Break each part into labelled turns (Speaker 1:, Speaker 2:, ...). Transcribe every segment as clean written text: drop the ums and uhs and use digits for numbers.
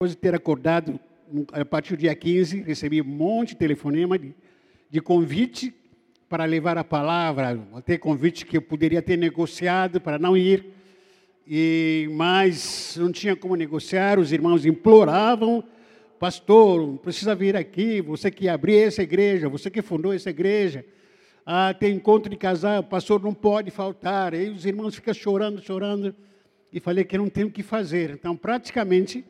Speaker 1: Depois de ter acordado, a partir do dia 15, recebi um monte de telefonema de convite para levar a palavra, até convite que eu poderia ter negociado para não ir, mas não tinha como negociar, os irmãos imploravam, pastor, precisa vir aqui, você que abriu essa igreja, você que fundou essa igreja, tem encontro de casal, o pastor não pode faltar, aí os irmãos ficam chorando, e falei que não tenho o que fazer, então praticamente,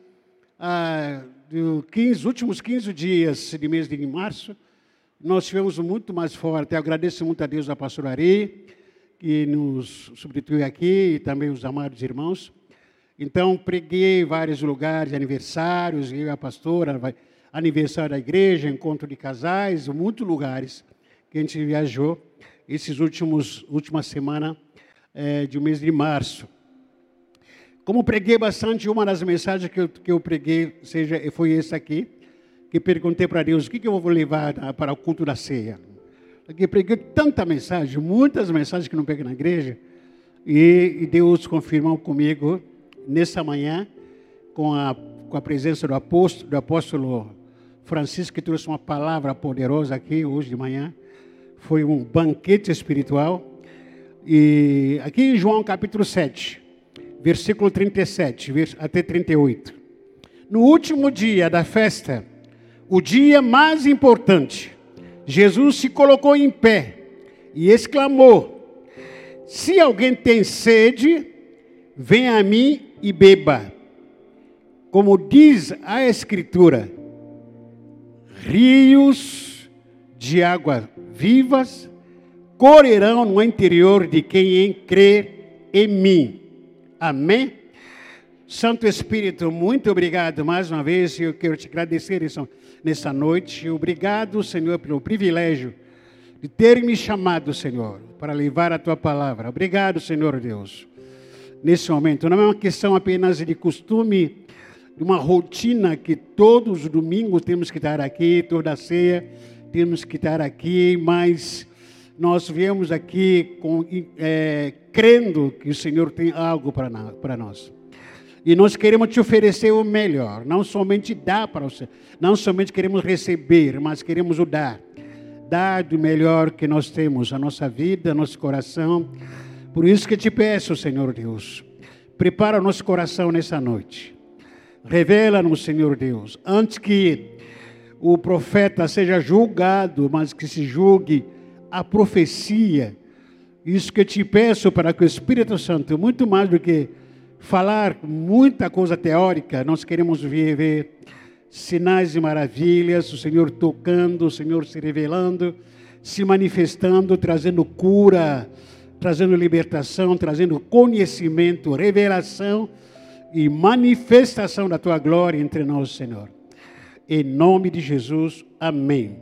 Speaker 1: dos últimos 15 dias de mês de março, nós tivemos muito mais forte. Eu agradeço muito a Deus, a pastora Ari, que nos substituiu aqui, e também os amados irmãos. Então, preguei em vários lugares, aniversários, eu e a pastora, aniversário da igreja, encontro de casais, muitos lugares que a gente viajou, última semana de mês de março. Como preguei bastante, uma das mensagens que eu preguei foi essa aqui, que perguntei para Deus, o que eu vou levar para o culto da ceia? Porque preguei tanta mensagem, muitas mensagens que não peguei na igreja, e Deus confirmou comigo, nessa manhã, com a presença do apóstolo Francisco, que trouxe uma palavra poderosa aqui, hoje de manhã, foi um banquete espiritual, e aqui em João capítulo 7, versículo 37 até 38. No último dia da festa, o dia mais importante, Jesus se colocou em pé e exclamou: se alguém tem sede, venha a mim e beba. Como diz a Escritura, rios de água vivas correrão no interior de quem crer em mim. Amém? Santo Espírito, muito obrigado mais uma vez. Eu quero te agradecer nessa noite. Obrigado, Senhor, pelo privilégio de ter me chamado, Senhor, para levar a tua palavra. Obrigado, Senhor Deus. Nesse momento, não é uma questão apenas de costume, de uma rotina que todos os domingos temos que estar aqui, toda a ceia temos que estar aqui, mas nós viemos aqui crendo que o Senhor tem algo para nós. E nós queremos te oferecer o melhor, não somente dar para você, não somente queremos receber, mas queremos o dar. Dar do melhor que nós temos, a nossa vida, nosso coração. Por isso que te peço, Senhor Deus, prepara o nosso coração nessa noite. Revela-nos, Senhor Deus, antes que o profeta seja julgado, mas que se julgue a profecia. Isso que eu te peço para que o Espírito Santo, muito mais do que falar muita coisa teórica, nós queremos ver sinais e maravilhas, o Senhor tocando, o Senhor se revelando, se manifestando, trazendo cura, trazendo libertação, trazendo conhecimento, revelação e manifestação da tua glória entre nós, Senhor. Em nome de Jesus, amém.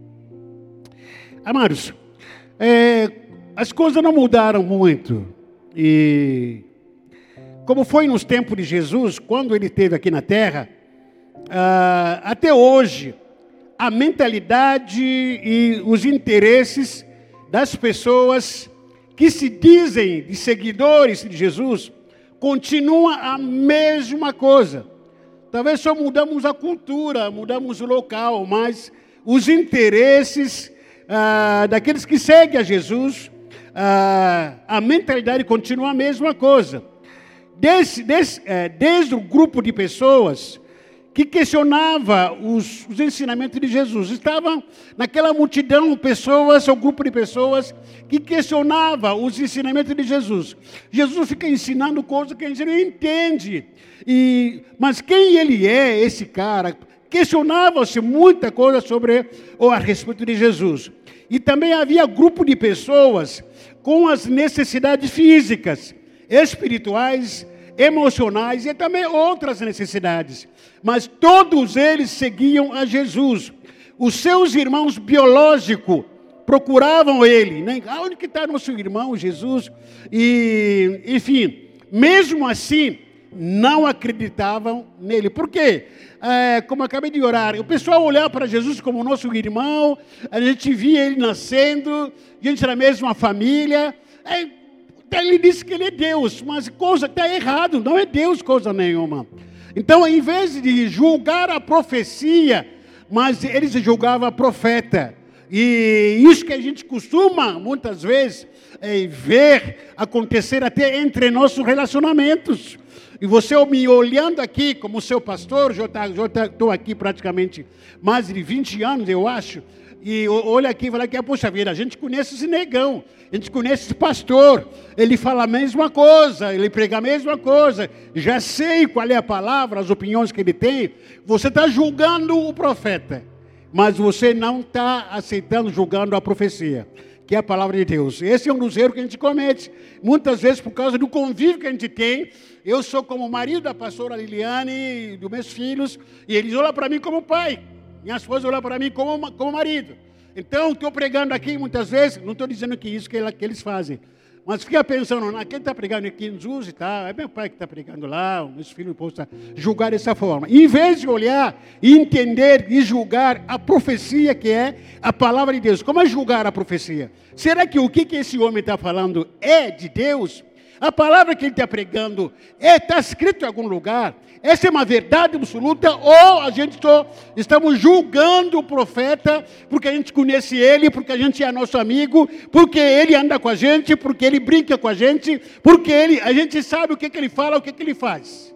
Speaker 1: Amados, as coisas não mudaram muito, e como foi nos tempos de Jesus, quando ele esteve aqui na terra, até hoje, a mentalidade e os interesses das pessoas que se dizem de seguidores de Jesus, continua a mesma coisa. Talvez só mudamos a cultura, mudamos o local, mas os interesses daqueles que seguem a Jesus, a mentalidade continua a mesma coisa. Desde o grupo de pessoas que questionava os ensinamentos de Jesus. Estavam naquela multidão pessoas, ou grupo de pessoas que questionava os ensinamentos de Jesus. Jesus fica ensinando coisas que a gente não entende. Mas quem ele é, esse cara? Questionava-se muita coisa a respeito de Jesus. E também havia grupo de pessoas com as necessidades físicas, espirituais, emocionais e também outras necessidades. Mas todos eles seguiam a Jesus. Os seus irmãos biológicos procuravam ele, né? Onde que está nosso irmão Jesus? E, enfim, mesmo assim, não acreditavam nele. Por quê? Como eu acabei de orar, o pessoal olhava para Jesus como nosso irmão, a gente via ele nascendo, a gente era a mesma família. Ele disse que ele é Deus, mas coisa está errado, não é Deus coisa nenhuma. Então, em vez de julgar a profecia, mas eles julgavam a profeta. E isso que a gente costuma, muitas vezes, ver acontecer até entre nossos relacionamentos. E você me olhando aqui como seu pastor, já estou aqui praticamente mais de 20 anos, eu acho, e olha aqui e fala que, poxa vida, a gente conhece esse negão, a gente conhece esse pastor, ele fala a mesma coisa, ele prega a mesma coisa, já sei qual é a palavra, as opiniões que ele tem. Você está julgando o profeta, mas você não está aceitando, julgando a profecia, que é a palavra de Deus. Esse é um dos erros que a gente comete, muitas vezes por causa do convívio que a gente tem. Eu sou como marido da pastora Liliane, dos meus filhos, e eles olham para mim como pai. Minha esposa olha para mim como marido. Então, estou pregando aqui muitas vezes, não estou dizendo que isso que eles fazem, mas fica pensando, quem está pregando aqui em Jesus e tal, é meu pai que está pregando lá, meus filhos possam julgar dessa forma. Em vez de olhar, entender e julgar a profecia que é a palavra de Deus. Como é julgar a profecia? Será que o que esse homem está falando é de Deus? A palavra que ele está pregando está escrito em algum lugar? Essa é uma verdade absoluta? Ou a gente estamos julgando o profeta porque a gente conhece ele, porque a gente é nosso amigo, porque ele anda com a gente, porque ele brinca com a gente, porque a gente sabe o que ele fala, o que ele faz.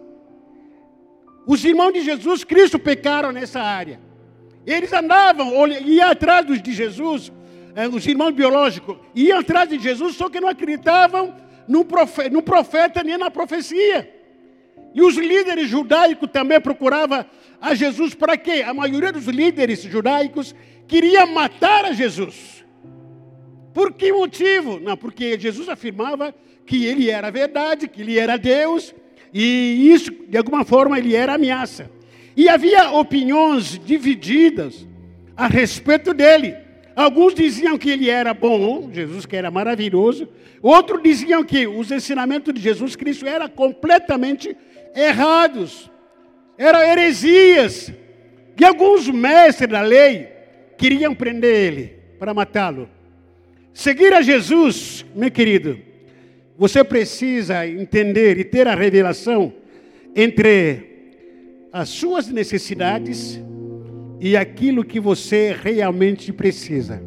Speaker 1: Os irmãos de Jesus Cristo pecaram nessa área. Eles andavam, iam atrás de Jesus, os irmãos biológicos, iam atrás de Jesus, só que não acreditavam no profeta nem na profecia. E os líderes judaicos também procuravam a Jesus para quê? A maioria dos líderes judaicos queria matar a Jesus. Por que motivo? Não, porque Jesus afirmava que ele era a verdade, que ele era Deus, e isso, de alguma forma, ele era ameaça. E havia opiniões divididas a respeito dele. Alguns diziam que ele era bom, Jesus que era maravilhoso. Outros diziam que os ensinamentos de Jesus Cristo eram completamente errados. Eram heresias. E alguns mestres da lei queriam prender ele para matá-lo. Seguir a Jesus, meu querido, você precisa entender e ter a revelação entre as suas necessidades e aquilo que você realmente precisa.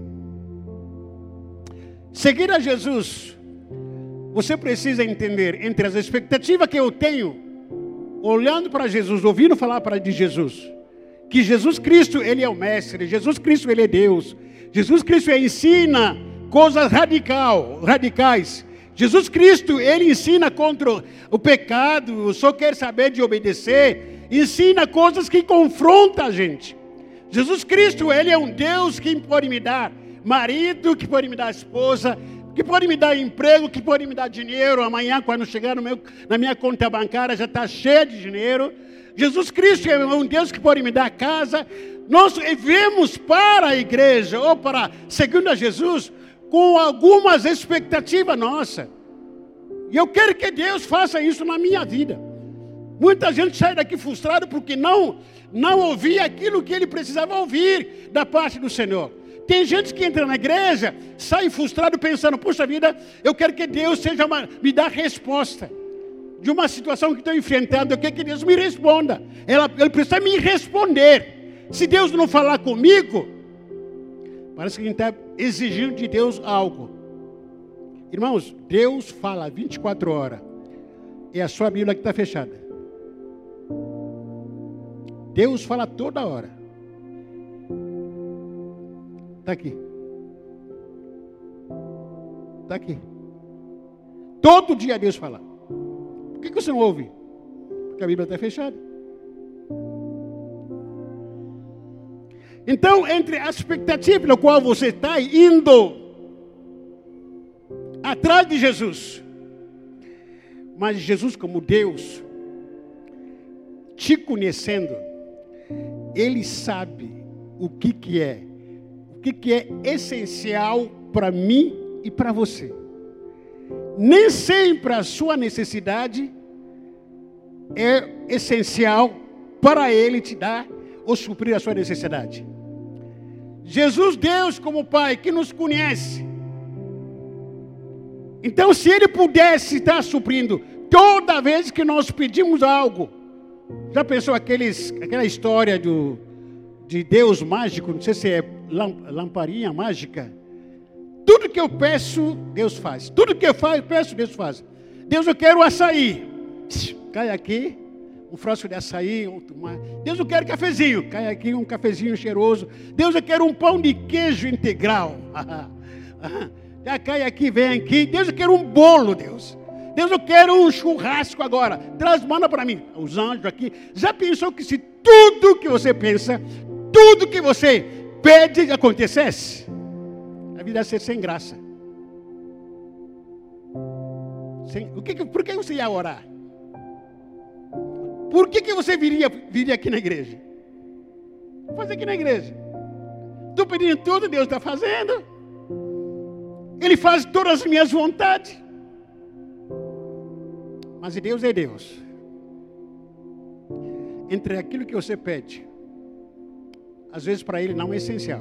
Speaker 1: Seguir a Jesus, você precisa entender entre as expectativas que eu tenho, olhando para Jesus, ouvindo falar de Jesus, que Jesus Cristo, ele é o mestre, Jesus Cristo, ele é Deus, Jesus Cristo ensina coisas radicais, Jesus Cristo, ele ensina contra o pecado, só quer saber de obedecer, ensina coisas que confrontam a gente. Jesus Cristo, ele é um Deus que pode me dar marido, que pode me dar esposa, que pode me dar emprego, que pode me dar dinheiro. Amanhã, quando chegar na minha conta bancária, já está cheia de dinheiro. Jesus Cristo é um Deus que pode me dar casa. Nós vemos para a igreja, ou para seguindo a Jesus, com algumas expectativas nossas. E eu quero que Deus faça isso na minha vida. Muita gente sai daqui frustrado porque não ouvia aquilo que ele precisava ouvir da parte do Senhor. Tem gente que entra na igreja, sai frustrado pensando, puxa vida, eu quero que Deus me dê resposta de uma situação que estou enfrentando, eu quero que Deus me responda. Ele precisa me responder. Se Deus não falar comigo, parece que a gente está exigindo de Deus algo. Irmãos, Deus fala 24 horas. É a sua Bíblia que está fechada. Deus fala toda hora. Está aqui. Está aqui. Todo dia Deus fala. Por que você não ouve? Porque a Bíblia está fechada. Então, entre a expectativa pela qual você está indo atrás de Jesus, mas Jesus como Deus, te conhecendo, Ele sabe o que é essencial para mim e para você. Nem sempre a sua necessidade é essencial para Ele te dar ou suprir a sua necessidade. Jesus, Deus como Pai, que nos conhece. Então, se Ele pudesse estar suprindo toda vez que nós pedimos algo, Já pensou aquela história de Deus mágico? Não sei se é lamparinha mágica. Tudo que eu peço, Deus faz. Tudo que eu peço, Deus faz. Deus, eu quero açaí. Cai aqui um frasco de açaí. Deus, eu quero cafezinho. Cai aqui um cafezinho cheiroso. Deus, eu quero um pão de queijo integral. Já cai aqui, vem aqui. Deus, eu quero um bolo, Deus. Deus, eu quero um churrasco agora. Manda para mim. Os anjos aqui. Já pensou que se tudo que você pensa, tudo que você pede acontecesse? A vida ia ser sem graça. Por que você ia orar? Por que você viria aqui na igreja? Fazer aqui na igreja. Estou pedindo tudo, Deus está fazendo. Ele faz todas as minhas vontades. Mas Deus é Deus. Entre aquilo que você pede, às vezes para Ele não é essencial.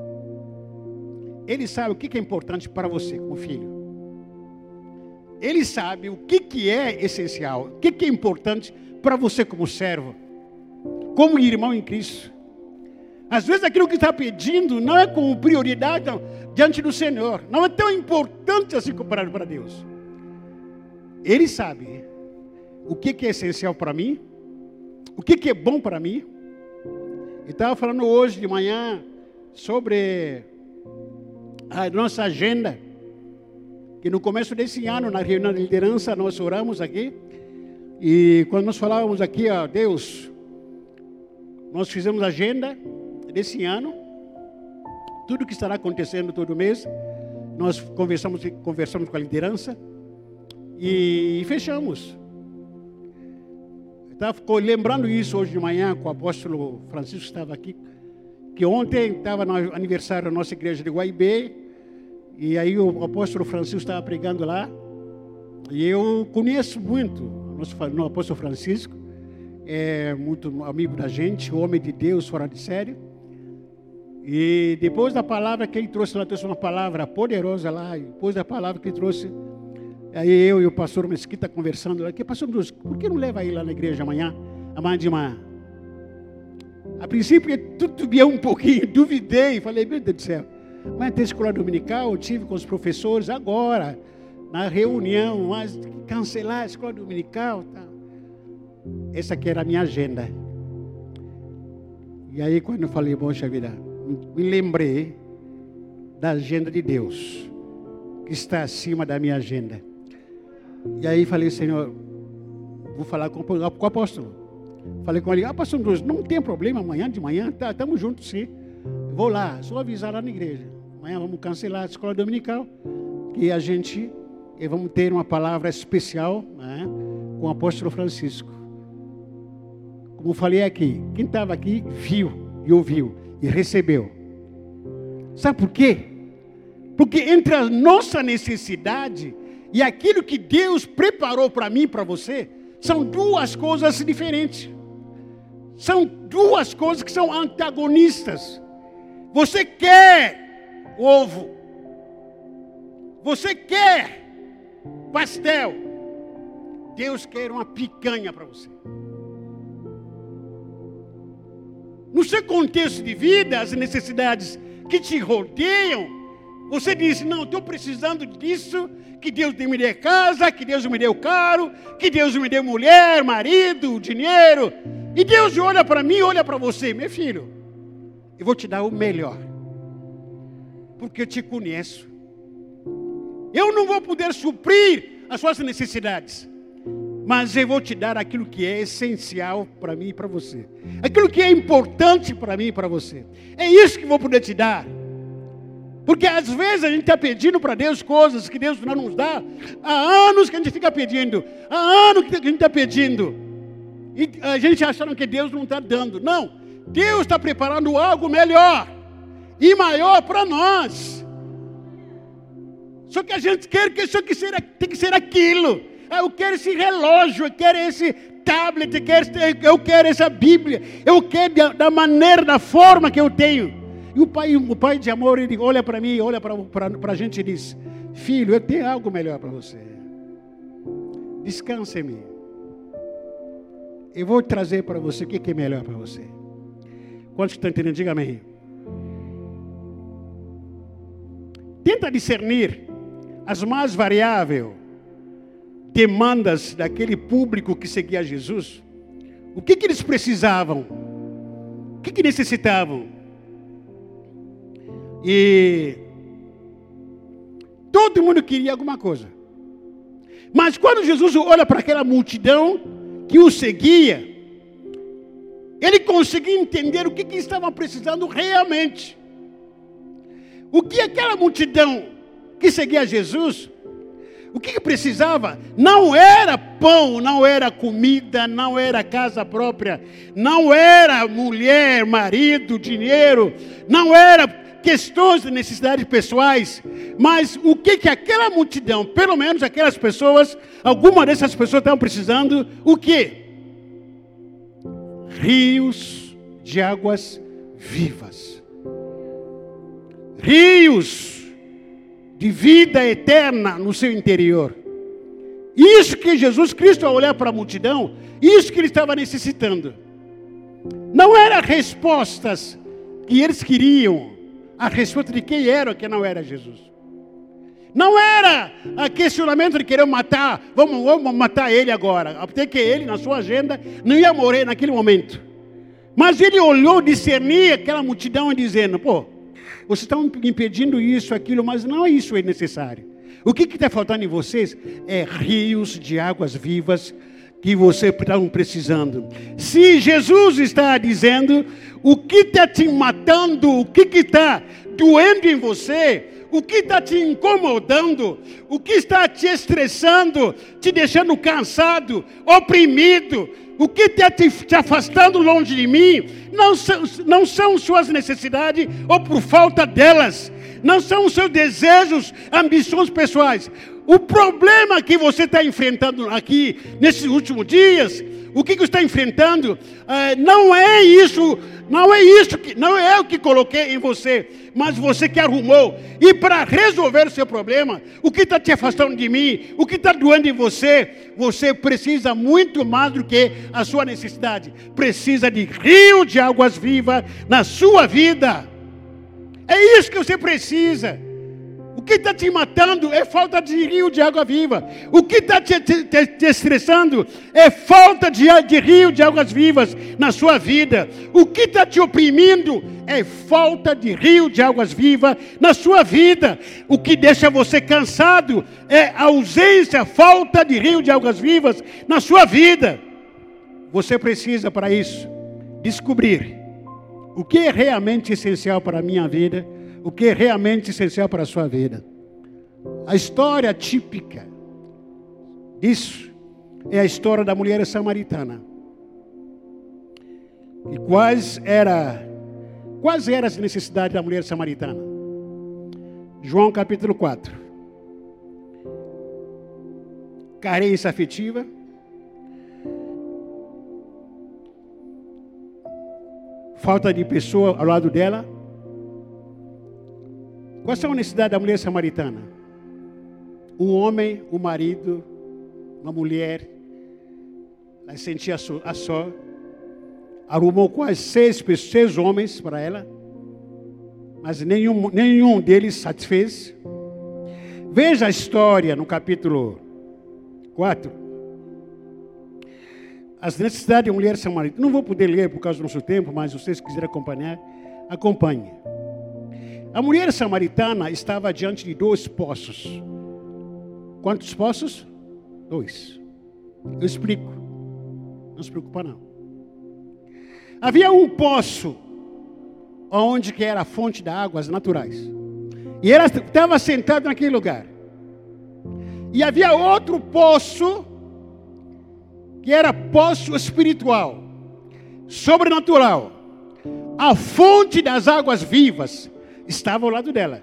Speaker 1: Ele sabe o que é importante para você como filho. Ele sabe o que é essencial, o que é importante para você como servo, como irmão em Cristo. Às vezes aquilo que está pedindo não é com prioridade diante do Senhor. Não é tão importante assim comparado para Deus. Ele sabe o que é essencial para mim, o que é bom para mim. Eu estava falando hoje de manhã sobre a nossa agenda, que no começo desse ano, na reunião de liderança, nós oramos aqui, e quando nós falávamos aqui, ó, Deus, nós fizemos a agenda desse ano, tudo que estará acontecendo todo mês, nós conversamos com a liderança, e fechamos. Estava lembrando isso hoje de manhã, com o apóstolo Francisco estava aqui, que ontem estava no aniversário da nossa igreja de Guaibê, e aí o apóstolo Francisco estava pregando lá, e eu conheço muito o apóstolo Francisco, é muito amigo da gente, homem de Deus, fora de série, e depois da palavra que ele trouxe, ela trouxe uma palavra poderosa lá, e depois da palavra que ele trouxe, aí eu e o pastor Mesquita conversando lá, que pastor Deus, por que não leva ele lá na igreja amanhã de manhã? A princípio, tudo via um pouquinho, duvidei, falei, meu Deus do céu, mas tem escola dominical, eu tive com os professores agora, na reunião, mas cancelar a escola dominical, tá? Essa aqui era a minha agenda. E aí quando eu falei, poxa vida, me lembrei da agenda de Deus, que está acima da minha agenda. E aí falei, Senhor, vou falar com o apóstolo. Falei com ele, pastor Deus, não tem problema, amanhã de manhã, estamos juntos sim. Eu vou lá, só avisar lá na igreja. Amanhã vamos cancelar a escola dominical, que a gente vamos ter uma palavra especial, né, com o apóstolo Francisco. Como falei aqui, quem estava aqui viu e ouviu e recebeu. Sabe por quê? Porque entre a nossa necessidade e aquilo que Deus preparou para mim e para você, são duas coisas diferentes. São duas coisas que são antagonistas. Você quer ovo. Você quer pastel. Deus quer uma picanha para você. No seu contexto de vida, as necessidades que te rodeiam, você diz, não, estou precisando disso, que Deus me dê casa, que Deus me dê o carro, que Deus me dê mulher, marido, dinheiro. E Deus olha para mim, olha para você, meu filho, eu vou te dar o melhor, porque eu te conheço. Eu não vou poder suprir as suas necessidades, mas eu vou te dar aquilo que é essencial para mim e para você. Aquilo que é importante para mim e para você. É isso que eu vou poder te dar. Porque às vezes a gente está pedindo para Deus coisas que Deus não nos dá. Há anos que a gente fica pedindo. Há anos que a gente está pedindo. E a gente achando que Deus não está dando. Não. Deus está preparando algo melhor e maior para nós. Só que a gente quer que isso aqui tem que ser aquilo. Eu quero esse relógio, eu quero esse tablet, eu quero essa Bíblia. Eu quero da maneira, da forma que eu tenho. E o pai de amor, ele olha para mim, olha para a gente e diz, filho, eu tenho algo melhor para você. Descanse em mim. eu vou trazer para você o que é melhor para você. Quantos estão entendendo? Diga amém. Tenta discernir as mais variáveis demandas daquele público que seguia Jesus. O que eles precisavam? O que necessitavam? E todo mundo queria alguma coisa. Mas quando Jesus olha para aquela multidão que o seguia, ele conseguia entender o que estavam precisando realmente. O que aquela multidão que seguia Jesus, o que precisava? Não era pão, não era comida, não era casa própria, não era mulher, marido, dinheiro, não era questões de necessidades pessoais, mas o que aquela multidão, pelo menos aquelas pessoas, alguma dessas pessoas estavam precisando, o quê? Rios de águas vivas. Rios de vida eterna no seu interior. Isso que Jesus Cristo, ao olhar para a multidão, isso que ele estava necessitando. Não eram respostas que eles queriam, a respeito de quem era ou quem não era Jesus. Não era a questionamento de querer matar, vamos matar ele agora. Até que ele, na sua agenda, não ia morrer naquele momento. Mas ele olhou, discernir aquela multidão e dizendo, vocês estão impedindo isso, aquilo, mas não é isso necessário. O que está faltando em vocês é rios de águas vivas que vocês estão precisando. Se Jesus está dizendo, o que está te matando, o que está doendo em você, o que está te incomodando, o que está te estressando, te deixando cansado, oprimido, o que está te afastando longe de mim, não são suas necessidades ou por falta delas, não são os seus desejos, ambições pessoais. O problema que você está enfrentando aqui, nesses últimos dias, o que você está enfrentando, não é isso, não é o que coloquei em você, mas você que arrumou. E para resolver o seu problema, o que está te afastando de mim, o que está doendo em você, você precisa muito mais do que a sua necessidade. Precisa de rio de águas vivas na sua vida. É isso que você precisa. O que está te matando é falta de rio de água viva. O que está te estressando é falta de rio de águas vivas na sua vida. O que está te oprimindo é falta de rio de águas vivas na sua vida. O que deixa você cansado é ausência, falta de rio de águas vivas na sua vida. Você precisa, para isso, descobrir o que é realmente essencial para a minha vida, o que é realmente essencial para a sua vida. A história típica disso é a história da mulher samaritana. E quais eram as necessidades da mulher samaritana? João capítulo 4. Carência afetiva. Falta de pessoa ao lado dela. Qual é a necessidade da mulher samaritana? Um homem, um marido, uma mulher, ela se sentia a só, arrumou quase seis homens para ela, mas nenhum deles satisfez. Veja a história no capítulo 4. As necessidades da mulher samaritana. Não vou poder ler por causa do nosso tempo, mas se vocês quiserem acompanhar, acompanhe. A mulher samaritana estava diante de 2 poços. Quantos poços? 2. Eu explico. Não se preocupa não. Havia um poço, onde que era a fonte de águas naturais. E ela estava sentada naquele lugar. E havia outro poço, que era poço espiritual, sobrenatural. A fonte das águas vivas estava ao lado dela.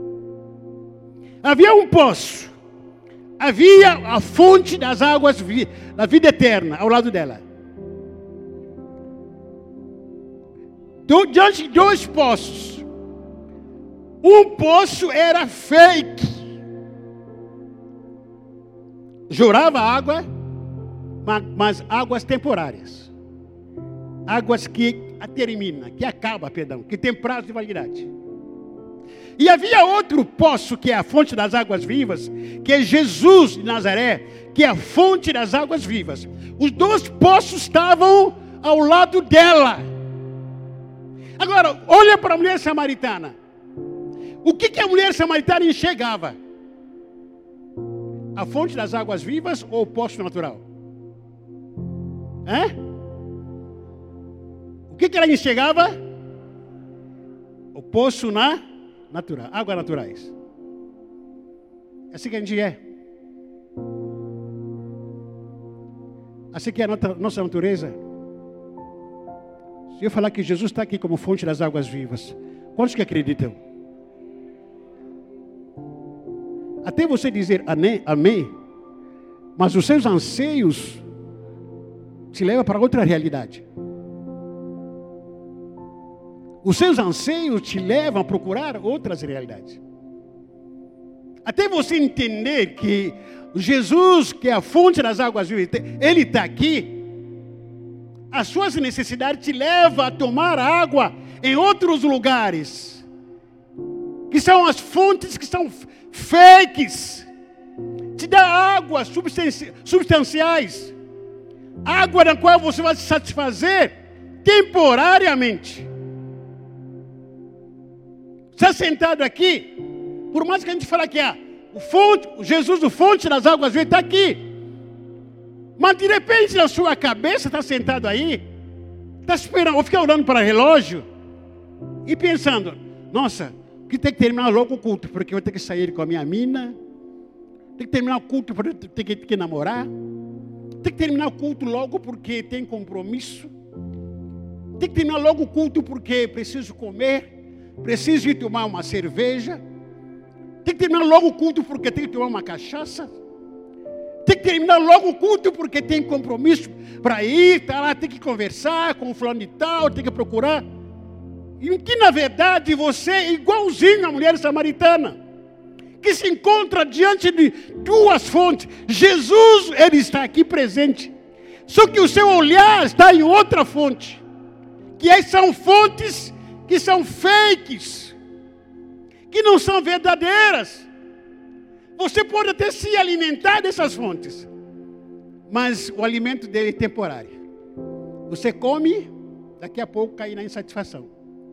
Speaker 1: Havia um poço, havia a fonte das águas da vida eterna ao lado dela. Diante de 2 poços. Um poço era fake, jorava água, mas águas temporárias. Águas que terminam, que acabam, perdão, que tem prazo de validade. E havia outro poço, que é a fonte das águas vivas, que é Jesus de Nazaré, que é a fonte das águas vivas. Os dois poços estavam ao lado dela. Agora, olha para a mulher samaritana. O que a mulher samaritana enxergava? A fonte das águas vivas ou o poço natural? O que ela enxergava? O poço natural, águas naturais. É assim que a gente é. Assim que é a nossa natureza. Se eu falar que Jesus está aqui como fonte das águas vivas, quantos que acreditam? Até você dizer amém, mas os seus anseios te levam para outra realidade. Os seus anseios te levam a procurar outras realidades. Até você entender que Jesus, que é a fonte das águas vivas, Ele está aqui. As suas necessidades te levam a tomar água em outros lugares, que são as fontes que são fakes. Te dá águas substanciais, água na qual você vai se satisfazer temporariamente. Está sentado aqui, por mais que a gente fale que Jesus, o fonte das águas vivas, está aqui. Mas de repente na sua cabeça está sentado aí, está esperando, ou fica olhando para o relógio e pensando, nossa, que tem que terminar logo o culto, porque eu vou ter que sair com a minha mina, tem que terminar o culto porque eu tenho que namorar, tem que terminar o culto logo porque tem compromisso, tem que terminar logo o culto porque preciso comer, preciso ir tomar uma cerveja, tem que terminar logo o culto porque tem que tomar uma cachaça, tem que terminar logo o culto porque tem compromisso para ir, tá lá, tem que conversar com o fulano de tal, tem que procurar. E que na verdade você é igualzinho à mulher samaritana, que se encontra diante de duas fontes. Jesus, Ele está aqui presente, só que o seu olhar está em outra fonte, que são fontes que são fakes, que não são verdadeiras. Você pode até se alimentar dessas fontes, mas o alimento dele é temporário. Você come, daqui a pouco cai na insatisfação.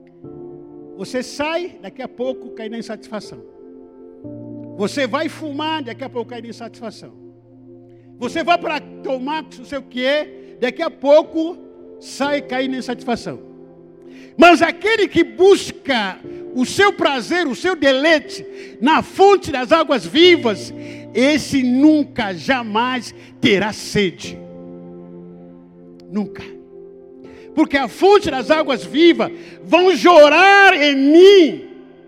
Speaker 1: Você sai, daqui a pouco cai na insatisfação. Você vai fumar, daqui a pouco cai na insatisfação. Você vai para tomar não sei o que, daqui a pouco sai, cai na insatisfação. Mas aquele que busca o seu prazer, o seu deleite na fonte das águas vivas, esse nunca, jamais terá sede. Nunca. Porque a fonte das águas vivas vão jorrar em mim.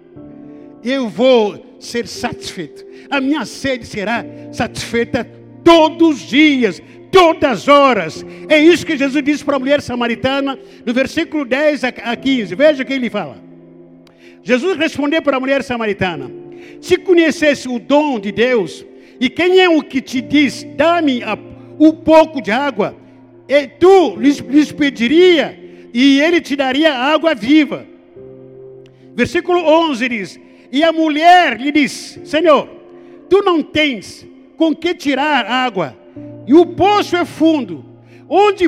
Speaker 1: Eu vou ser satisfeito. A minha sede será satisfeita todos os dias, todas as horas. É isso que Jesus disse para a mulher samaritana, no versículo 10 a 15. Veja o que ele fala. Jesus respondeu para a mulher samaritana: se conhecesse o dom de Deus, e quem é o que te diz, dá-me um pouco de água, e tu lhes pediria, e ele te daria água viva. Versículo 11 diz: e a mulher lhe disse: Senhor, tu não tens com que tirar água, e o poço é fundo. Onde,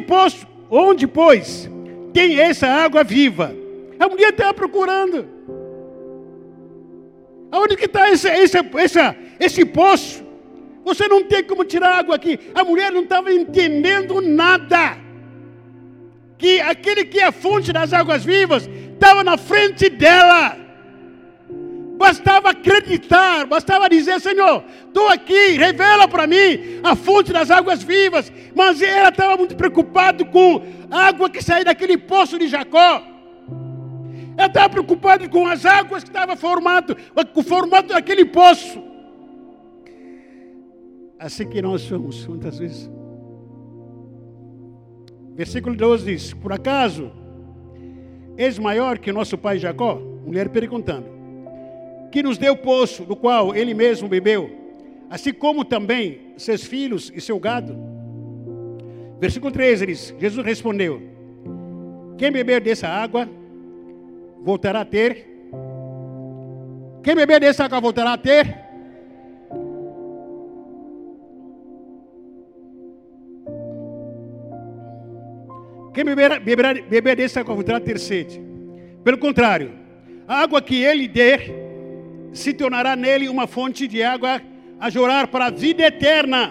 Speaker 1: pois, tem essa água viva? A mulher estava procurando. Aonde que está esse poço? Você não tem como tirar água aqui. A mulher não estava entendendo nada. Que aquele que é a fonte das águas vivas estava na frente dela. Bastava acreditar, bastava dizer: Senhor, estou aqui, revela para mim a fonte das águas vivas. Mas ela estava muito preocupada com a água que saía daquele poço de Jacó. Ela estava preocupada com as águas que estavam formando, com o formato daquele poço. Assim que nós somos, muitas vezes. Versículo 12 diz: por acaso és maior que nosso pai Jacó? Mulher perguntando. Que nos deu o poço, do qual ele mesmo bebeu, assim como também seus filhos e seu gado. Versículo 13 diz, Jesus respondeu, quem beber dessa água, voltará a ter. Quem beber dessa água, voltará a ter. Quem beber dessa água, voltará a ter sede. Pelo contrário, a água que ele der, se tornará nele uma fonte de água a jorrar para a vida eterna.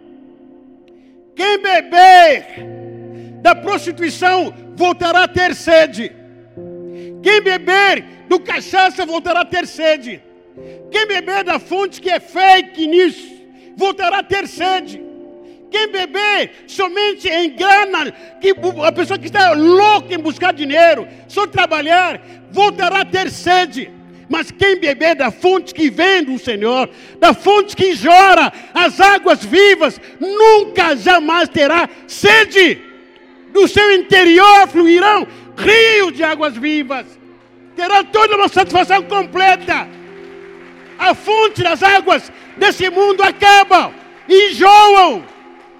Speaker 1: Quem beber da prostituição voltará a ter sede. Quem beber do cachaça voltará a ter sede. Quem beber da fonte que é fake news voltará a ter sede. Quem beber somente engana, que a pessoa que está louca em buscar dinheiro, só trabalhar, voltará a ter sede. Mas quem beber da fonte que vem do Senhor, da fonte que jorra as águas vivas, nunca jamais terá sede. Do seu interior fluirão rios de águas vivas. Terá toda uma satisfação completa. A fonte das águas desse mundo acabam e enjoam.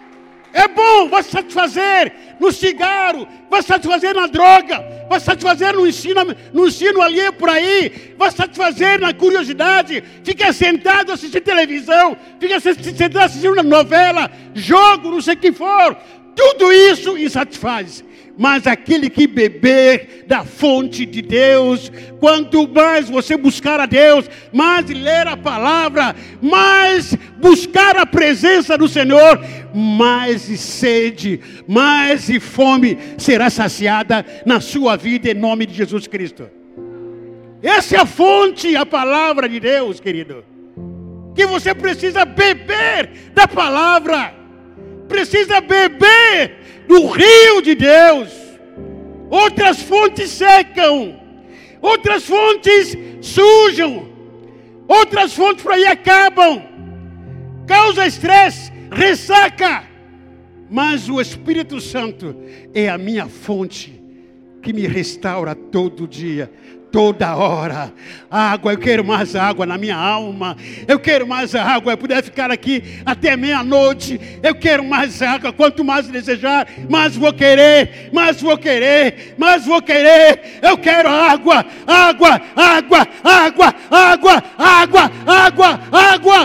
Speaker 1: É bom, vai satisfazer no cigarro, vai satisfazer na droga, vai satisfazer no ensino alheio por aí, vai satisfazer na curiosidade, fica sentado assistindo televisão, fica sentado assistindo uma novela, jogo, não sei o que for, tudo isso insatisfaz. Mas aquele que beber da fonte de Deus, quanto mais você buscar a Deus, mais ler a palavra, mais buscar a presença do Senhor, mais sede, mais fome será saciada na sua vida em nome de Jesus Cristo. Essa é a fonte, a palavra de Deus, querido. Que você precisa beber da palavra, precisa beber do rio de Deus. Outras fontes secam, outras fontes sujam, outras fontes por aí acabam, causa estresse, ressaca. Mas o Espírito Santo é a minha fonte que me restaura todo dia, toda hora. Água, eu quero mais água na minha alma. Eu quero mais água, eu puder ficar aqui até meia-noite. Eu quero mais água, quanto mais desejar, mais vou querer, mais vou querer, mais vou querer. Eu quero água, água, água, água, água, água, água, água,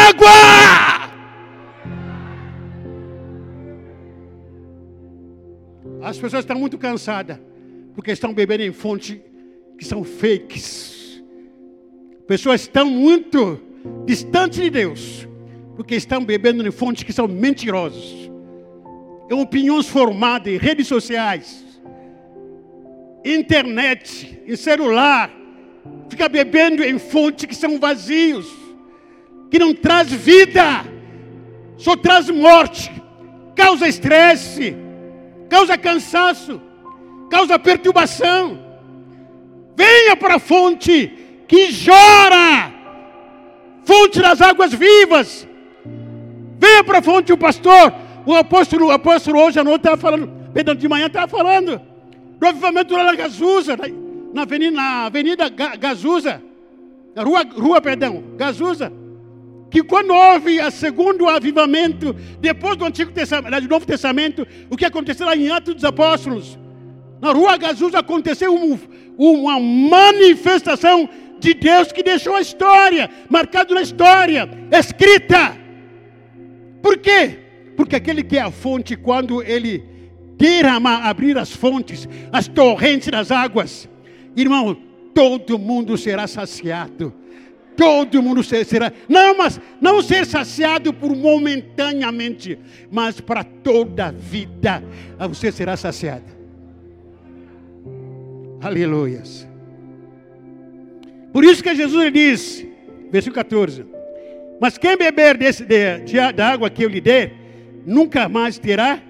Speaker 1: água. As pessoas estão muito cansadas, porque estão bebendo em fonte que são fakes. Pessoas estão muito distantes de Deus, porque estão bebendo em fontes que são mentirosas. Em opiniões formadas em redes sociais, internet, em celular. Fica bebendo em fontes que são vazios, que não traz vida, só traz morte, causa estresse, causa cansaço, causa perturbação. Venha para a fonte que jorra, fonte das águas vivas. Venha para a fonte. O apóstolo hoje à noite estava falando, perdão, de manhã estava falando do avivamento lá na Gazusa, na avenida Gazusa, na rua Gazusa, que quando houve o segundo avivamento, depois do do Novo Testamento, o que aconteceu lá em Atos dos Apóstolos, na rua Gazusa aconteceu uma manifestação de Deus que deixou a história, marcado na história, escrita. Por quê? Porque aquele que é a fonte, quando ele abrir as fontes, as torrentes das águas, irmão, todo mundo será saciado. Todo mundo será, não ser saciado por momentaneamente, mas para toda a vida você será saciado. Aleluias. Por isso que Jesus lhe diz, versículo 14: mas quem beber da água que eu lhe der, nunca mais terá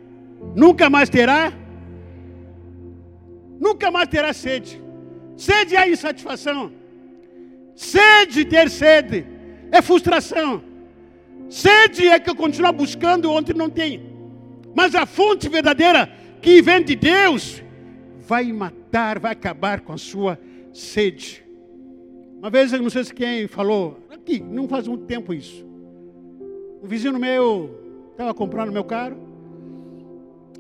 Speaker 1: sede. Sede é insatisfação. Sede, ter sede, é frustração. Sede é que eu continuo buscando onde não tem. Mas a fonte verdadeira que vem de Deus vai matar, vai acabar com a sua sede. Uma vez, eu não sei se quem falou, aqui, não faz muito tempo isso. Um vizinho meu estava comprando meu carro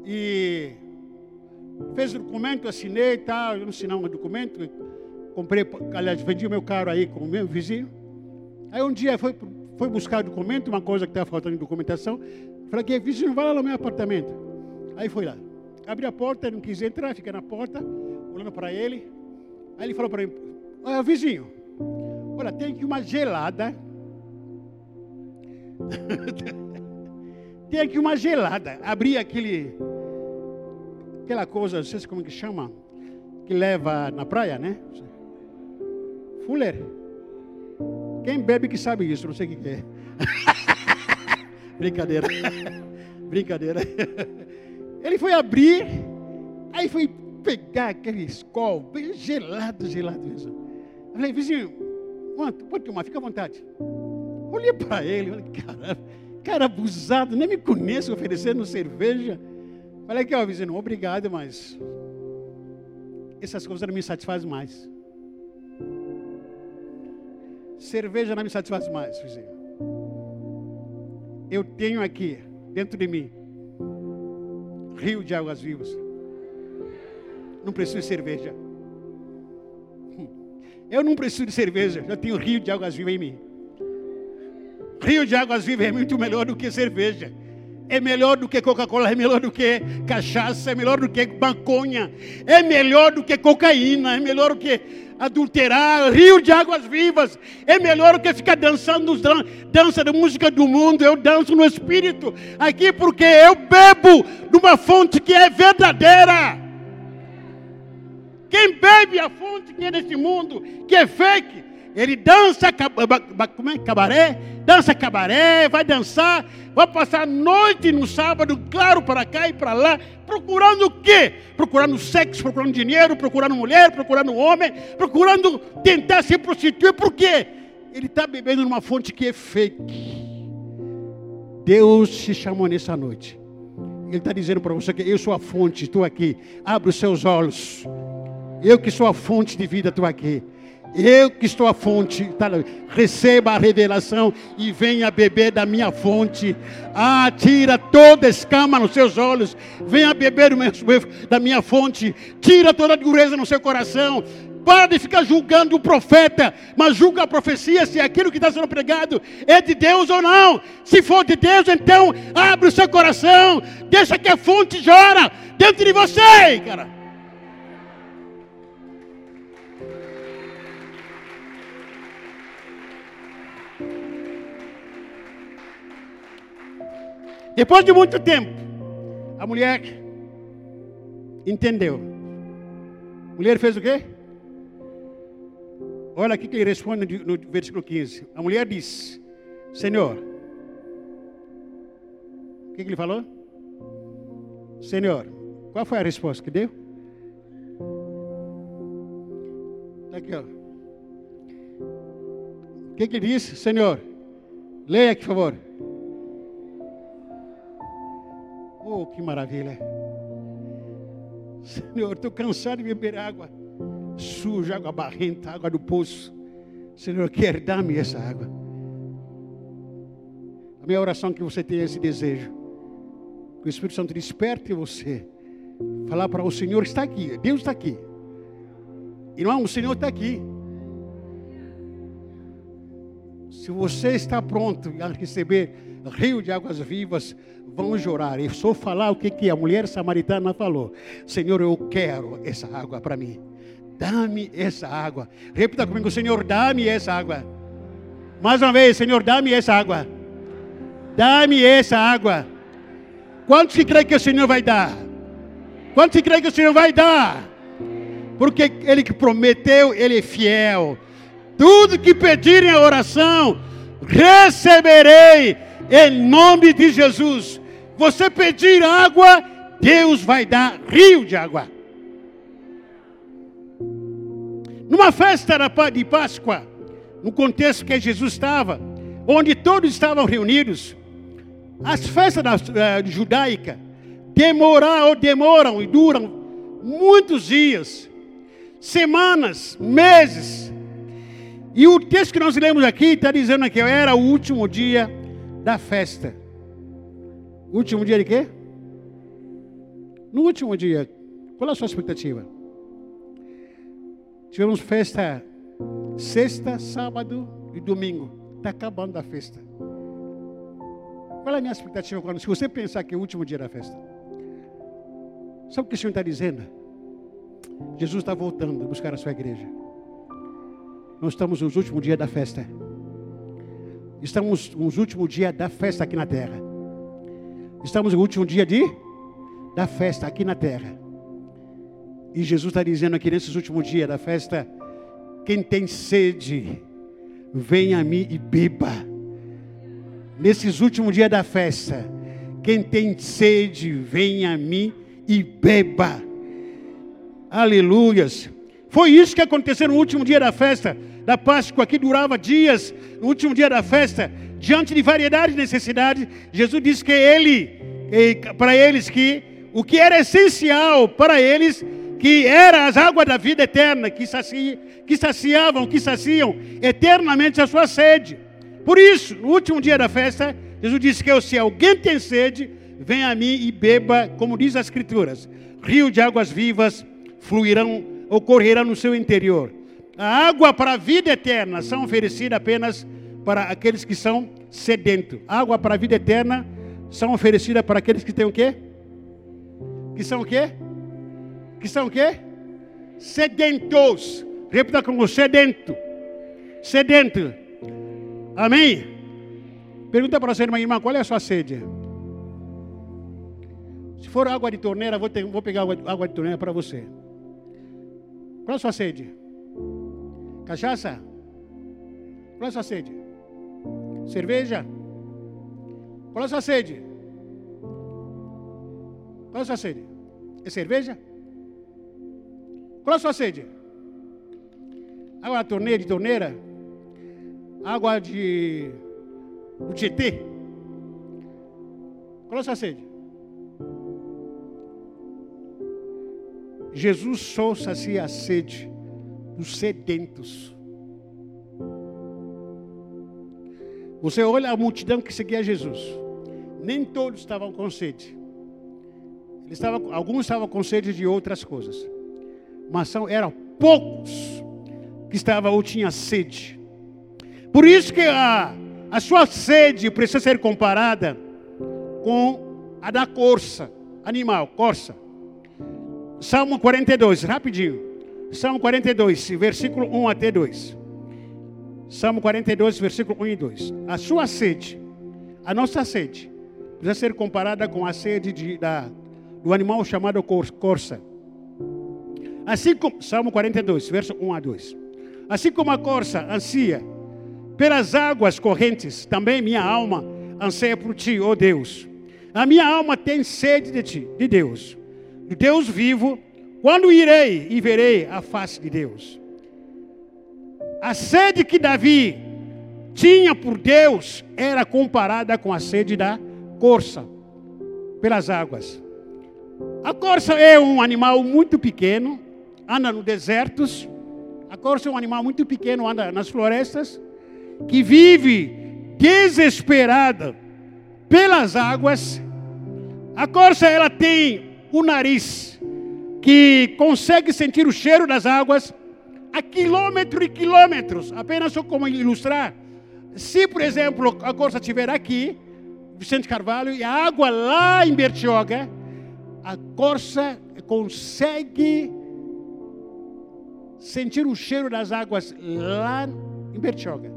Speaker 1: E fez o documento, assinei e tal. Eu não assinei um documento. Comprei, aliás, vendi o meu carro aí com o meu vizinho. Aí um dia foi buscar o documento, uma coisa que estava faltando de documentação. Falei que vizinho, vai lá no meu apartamento. Aí foi lá. Abri a porta, não quis entrar, fiquei na porta, olhando para ele. Aí ele falou para mim, olha, vizinho, olha, tem aqui uma gelada. Tem aqui uma gelada. Abri aquela coisa, não sei como que chama, que leva na praia, né? Fuller. Quem bebe que sabe isso, não sei o que é. Brincadeira. Brincadeira. Ele foi abrir, aí foi pegar aquele Skol, bem gelado mesmo. Eu falei, vizinho, pode tomar, fica à vontade. Olhei para ele, falei, cara abusado, nem me conheço oferecendo cerveja. Falei aqui, ó, vizinho, obrigado, mas essas coisas não me satisfazem mais. Cerveja não me satisfaz mais, vizinho. Eu tenho aqui, dentro de mim, rio de águas vivas. Não preciso de cerveja. Eu não preciso de cerveja, eu tenho rio de águas vivas em mim. Rio de águas vivas é muito melhor do que cerveja. É melhor do que Coca-Cola, é melhor do que cachaça, é melhor do que maconha, é melhor do que cocaína, é melhor do que adulterar. Rio de águas vivas é melhor do que ficar dançando dança da música do mundo. Eu danço no Espírito aqui porque eu bebo de uma fonte que é verdadeira. Quem bebe a fonte que é desse mundo, que é fake, ele dança cabaré, dança cabaré, vai dançar, vai passar a noite no sábado, claro, para cá e para lá, procurando o quê? Procurando sexo, procurando dinheiro, procurando mulher, procurando homem, procurando tentar se prostituir. Por quê? Ele está bebendo numa fonte que é fake. Deus te chamou nessa noite. Ele está dizendo para você que eu sou a fonte, estou aqui. Abre os seus olhos. Eu que sou a fonte de vida, estou aqui. Eu que estou a fonte, tá, receba a revelação e venha beber da minha fonte. Tira toda escama nos seus olhos, venha beber da minha fonte. Tira toda a dureza no seu coração. Para de ficar julgando o profeta, mas julga a profecia, se aquilo que está sendo pregado é de Deus ou não. Se for de Deus, então abre o seu coração, deixa que a fonte chora dentro de você, cara. Depois de muito tempo, a mulher entendeu. A mulher fez o quê? Olha aqui que ele responde no versículo 15. A mulher disse, Senhor, o que ele falou? Senhor, qual foi a resposta que deu? Está aqui, ó. O que ele disse? Senhor, leia aqui, por favor. Oh, que maravilha. Senhor, estou cansado de beber água suja, água barrenta, água do poço. Senhor, quer dar-me essa água. A minha oração é que você tenha esse desejo. Que o Espírito Santo desperte você. Falar para o Senhor, está aqui, Deus está aqui. E não, o Senhor está aqui. Se você está pronto a receber rio de águas vivas, vamos orar. E só falar o que a mulher samaritana falou. Senhor, eu quero essa água para mim. Dá-me essa água. Repita comigo, Senhor, dá-me essa água. Mais uma vez, Senhor, dá-me essa água. Dá-me essa água. Quantos que creem que o Senhor vai dar? Quantos que creem que o Senhor vai dar? Porque Ele que prometeu, Ele é fiel. Tudo que pedirem a oração, receberei em nome de Jesus. Você pedir água, Deus vai dar rio de água. Numa festa de Páscoa, no contexto que Jesus estava, onde todos estavam reunidos, as festas judaicas demoram e duram muitos dias, semanas, meses. E o texto que nós lemos aqui está dizendo que era o último dia da festa. Último dia de quê? No último dia, qual é a sua expectativa? Tivemos festa sexta, sábado e domingo. Está acabando a festa. Qual é a minha expectativa se você pensar que é o último dia da festa? Sabe o que o Senhor está dizendo? Jesus está voltando a buscar a sua igreja. Nós estamos nos últimos dias da festa. Estamos nos últimos dias da festa aqui na terra. Estamos no último dia da festa aqui na terra. E Jesus está dizendo aqui nesses últimos dias da festa: quem tem sede, venha a mim e beba. Nesses últimos dias da festa, quem tem sede, venha a mim e beba. Aleluias. Foi isso que aconteceu no último dia da festa da Páscoa, que durava dias. No último dia da festa, diante de variedade de necessidades, Jesus disse que para eles, que o que era essencial para eles, que era as águas da vida eterna, que saciam eternamente a sua sede. Por isso, no último dia da festa, Jesus disse que se alguém tem sede, venha a mim e beba, como diz as Escrituras. Rio de águas vivas ocorrerá no seu interior. A água para a vida eterna são oferecidas apenas para aqueles que são sedentos. A água para a vida eterna são oferecidas para aqueles que têm o quê? Que são o quê? Que são o quê? Sedentos. Repita como sedento. Sedento. Amém? Pergunta para você, irmã, qual é a sua sede? Se for água de torneira, vou pegar água de torneira para você. Qual é a sua sede? Cachaça? Qual é a sua sede? Cerveja? Qual é a sua sede? Qual é a sua sede? É cerveja? Qual é a sua sede? Água de torneira? Água do Tietê? Qual é a sua sede? Jesus só sacia a sede dos sedentos. Você olha a multidão que seguia Jesus. Nem todos estavam com sede. Alguns estavam com sede de outras coisas. Mas eram poucos que estavam ou tinham sede. Por isso que a sua sede precisa ser comparada com a da corça, animal, corça. Salmo 42, rapidinho. Salmo 42, versículo 1 até 2. Salmo 42, versículo 1 e 2. A sua sede, a nossa sede, precisa ser comparada com a sede do animal chamado corça. Assim como, Salmo 42, verso 1 a 2. Assim como a corça ansia pelas águas correntes, também minha alma anseia por ti, ó Deus. A minha alma tem sede de ti, de Deus. Do Deus vivo, quando irei e verei a face de Deus. A sede que Davi tinha por Deus era comparada com a sede da corça pelas águas. A corça é um animal muito pequeno, anda nos desertos. A corça é um animal muito pequeno, anda nas florestas, que vive desesperada pelas águas. A corça, ela tem o nariz que consegue sentir o cheiro das águas a quilômetros e quilômetros. Apenas só como ilustrar. Se, por exemplo, a corça estiver aqui, Vicente Carvalho, e a água lá em Bertioga, a corça consegue sentir o cheiro das águas lá em Bertioga.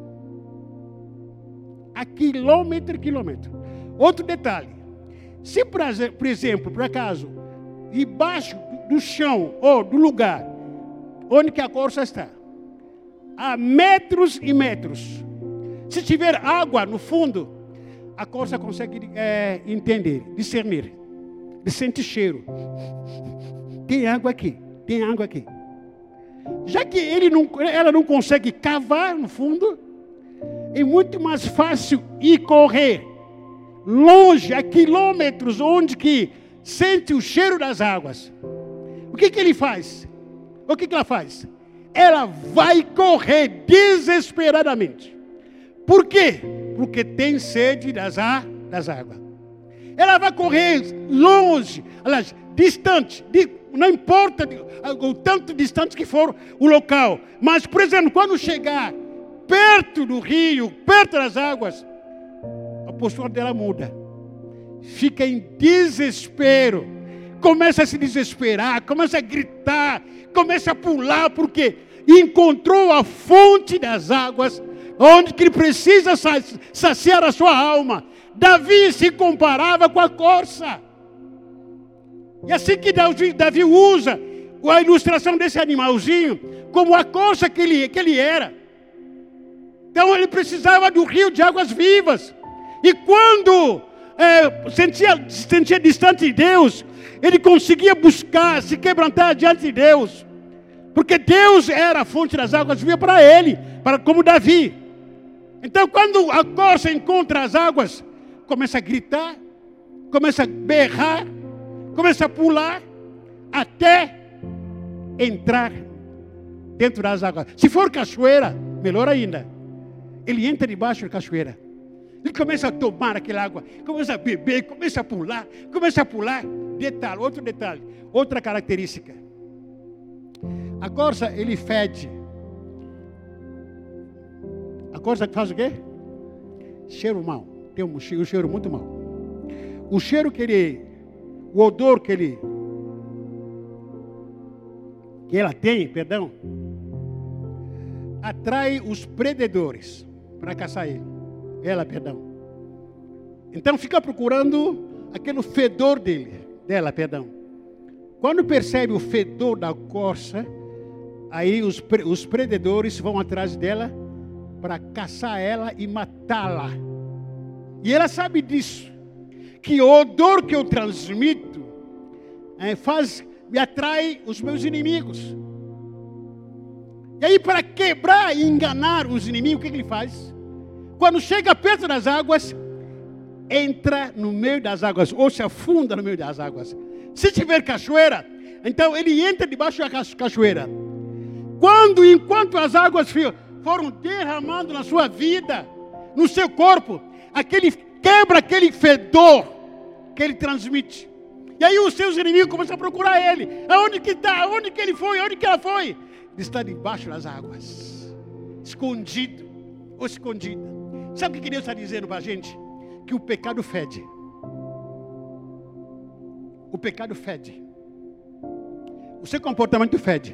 Speaker 1: A quilômetro e quilômetro. Outro detalhe. Se, por exemplo, por acaso, debaixo do chão ou do lugar onde que a corça está, a metros e metros, se tiver água no fundo, a corça consegue entender, discernir, sentir cheiro. Tem água aqui, tem água aqui. Já que ela não consegue cavar no fundo, é muito mais fácil ir correr longe, a quilômetros, onde que sente o cheiro das águas. O que ele faz? O que ela faz? Ela vai correr desesperadamente. Por quê? Porque tem sede das águas. Ela vai correr longe, distante, não importa o tanto distante que for o local, mas, por exemplo, quando chegar perto do rio, perto das águas, a postura dela muda, fica em desespero, começa a se desesperar, começa a gritar, começa a pular, porque encontrou a fonte das águas, onde que ele precisa saciar a sua alma. Davi se comparava com a corça. E assim que Davi usa a ilustração desse animalzinho como a corça que ele era. Então ele precisava do rio de águas vivas. E quando sentia distante de Deus, ele conseguia buscar, se quebrantar diante de Deus. Porque Deus era a fonte das águas vivas para ele, como Davi. Então quando a corça encontra as águas, começa a gritar, começa a berrar, começa a pular, até entrar dentro das águas. Se for cachoeira, melhor ainda. Ele entra debaixo da cachoeira. Ele começa a tomar aquela água, começa a beber, começa a pular. Detalhe, outro detalhe, outra característica. A corça, ele fede. A corça faz o quê? Cheiro mau. Tem um cheiro muito mau. O cheiro o odor que ela tem, atrai os predadores para caçar ela. Então fica procurando aquele fedor dela. Quando percebe o fedor da corça, aí os predadores vão atrás dela para caçar ela e matá-la. E ela sabe disso, que o odor que eu transmito me atrai os meus inimigos. E aí, para quebrar e enganar os inimigos, o que ele faz? Quando chega perto das águas, entra no meio das águas, ou se afunda no meio das águas. Se tiver cachoeira, então ele entra debaixo da cachoeira. Enquanto as águas foram derramando na sua vida, no seu corpo, quebra aquele fedor que ele transmite. E aí os seus inimigos começam a procurar ele. Aonde que está? Aonde que ele foi? Aonde que ela foi? Ele está debaixo das águas, escondido ou escondida. Sabe o que Deus está dizendo para a gente? Que o pecado fede. O pecado fede. O seu comportamento fede.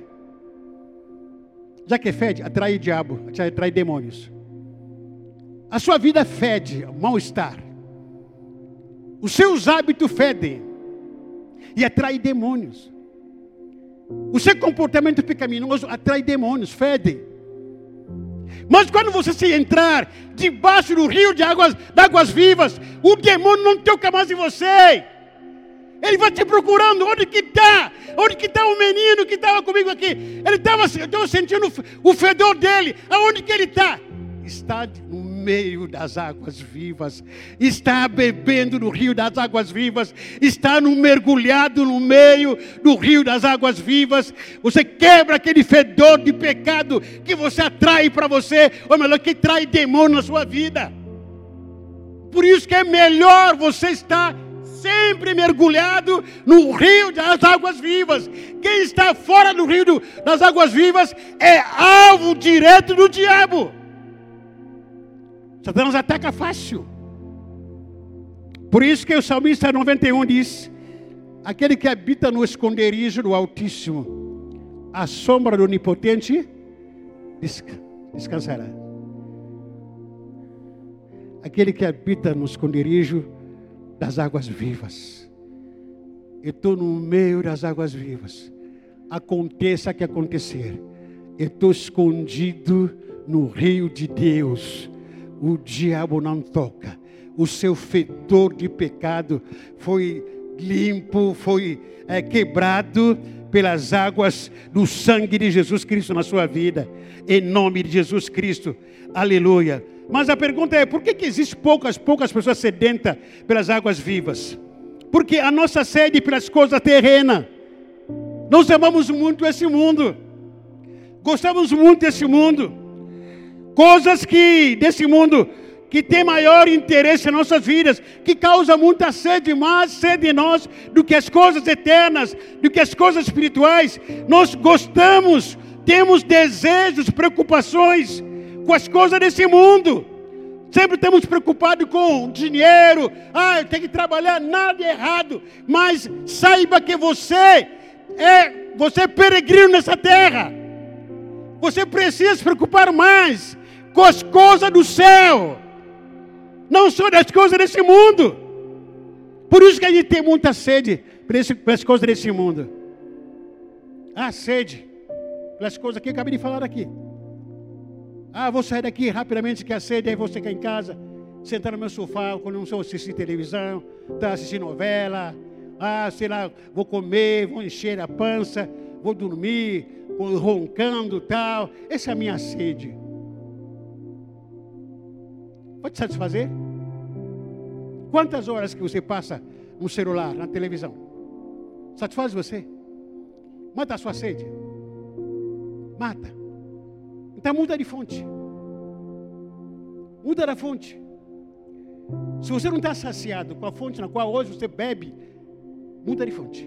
Speaker 1: Já que fede, atrai o diabo, atrai demônios. A sua vida fede, mal-estar. Os seus hábitos fedem e atrai demônios. O seu comportamento pecaminoso atrai demônios, fedem. Mas quando você se entrar debaixo do rio de águas vivas, o demônio não toca mais em você. Ele vai te procurando. Onde que está? Onde que está o menino que estava comigo aqui? Eu estava sentindo o fedor dele. Aonde que ele está? Está no meio das águas vivas, está bebendo no rio das águas vivas, está mergulhado no meio do rio das águas vivas. Você quebra aquele fedor de pecado que você atrai para você, ou melhor, que trai demônio na sua vida. Por isso que é melhor você estar sempre mergulhado no rio das águas vivas. Quem está fora do rio das águas vivas é alvo direto do diabo. Satanás ataca fácil. Por isso que o salmista 91 diz: aquele que habita no esconderijo do Altíssimo, a sombra do Onipotente descansará. Aquele que habita no esconderijo das águas vivas. Eu estou no meio das águas vivas. Aconteça o que acontecer, eu estou escondido no rio de Deus. O diabo não toca. O seu fedor de pecado foi limpo, foi quebrado pelas águas do sangue de Jesus Cristo na sua vida. Em nome de Jesus Cristo. Aleluia. Mas a pergunta é, por que existem poucas pessoas sedentas pelas águas vivas? Porque a nossa sede pelas coisas terrenas. Nós amamos muito esse mundo. Gostamos muito desse mundo. Coisas desse mundo que tem maior interesse em nossas vidas, que causa muita sede, mais sede em nós do que as coisas eternas, do que as coisas espirituais. Nós gostamos, temos desejos, preocupações com as coisas desse mundo. Sempre estamos preocupados com dinheiro. Eu tenho que trabalhar, nada é errado. Mas saiba que você é peregrino nessa terra. Você precisa se preocupar mais com as coisas do céu, não só das coisas desse mundo. Por isso que a gente tem muita sede pelas coisas desse mundo. Sede pelas coisas que eu acabei de falar aqui. Vou sair daqui rapidamente que a sede, aí vou ficar em casa, sentar no meu sofá, quando não sou assistir televisão, assistir novela, sei lá, vou comer, vou encher a pança, vou dormir, roncando, tal. Essa é a minha sede. Pode satisfazer? Quantas horas que você passa no celular, na televisão? Satisfaz você? Mata a sua sede? Mata. Então muda de fonte. Muda da fonte. Se você não está saciado com a fonte na qual hoje você bebe, muda de fonte.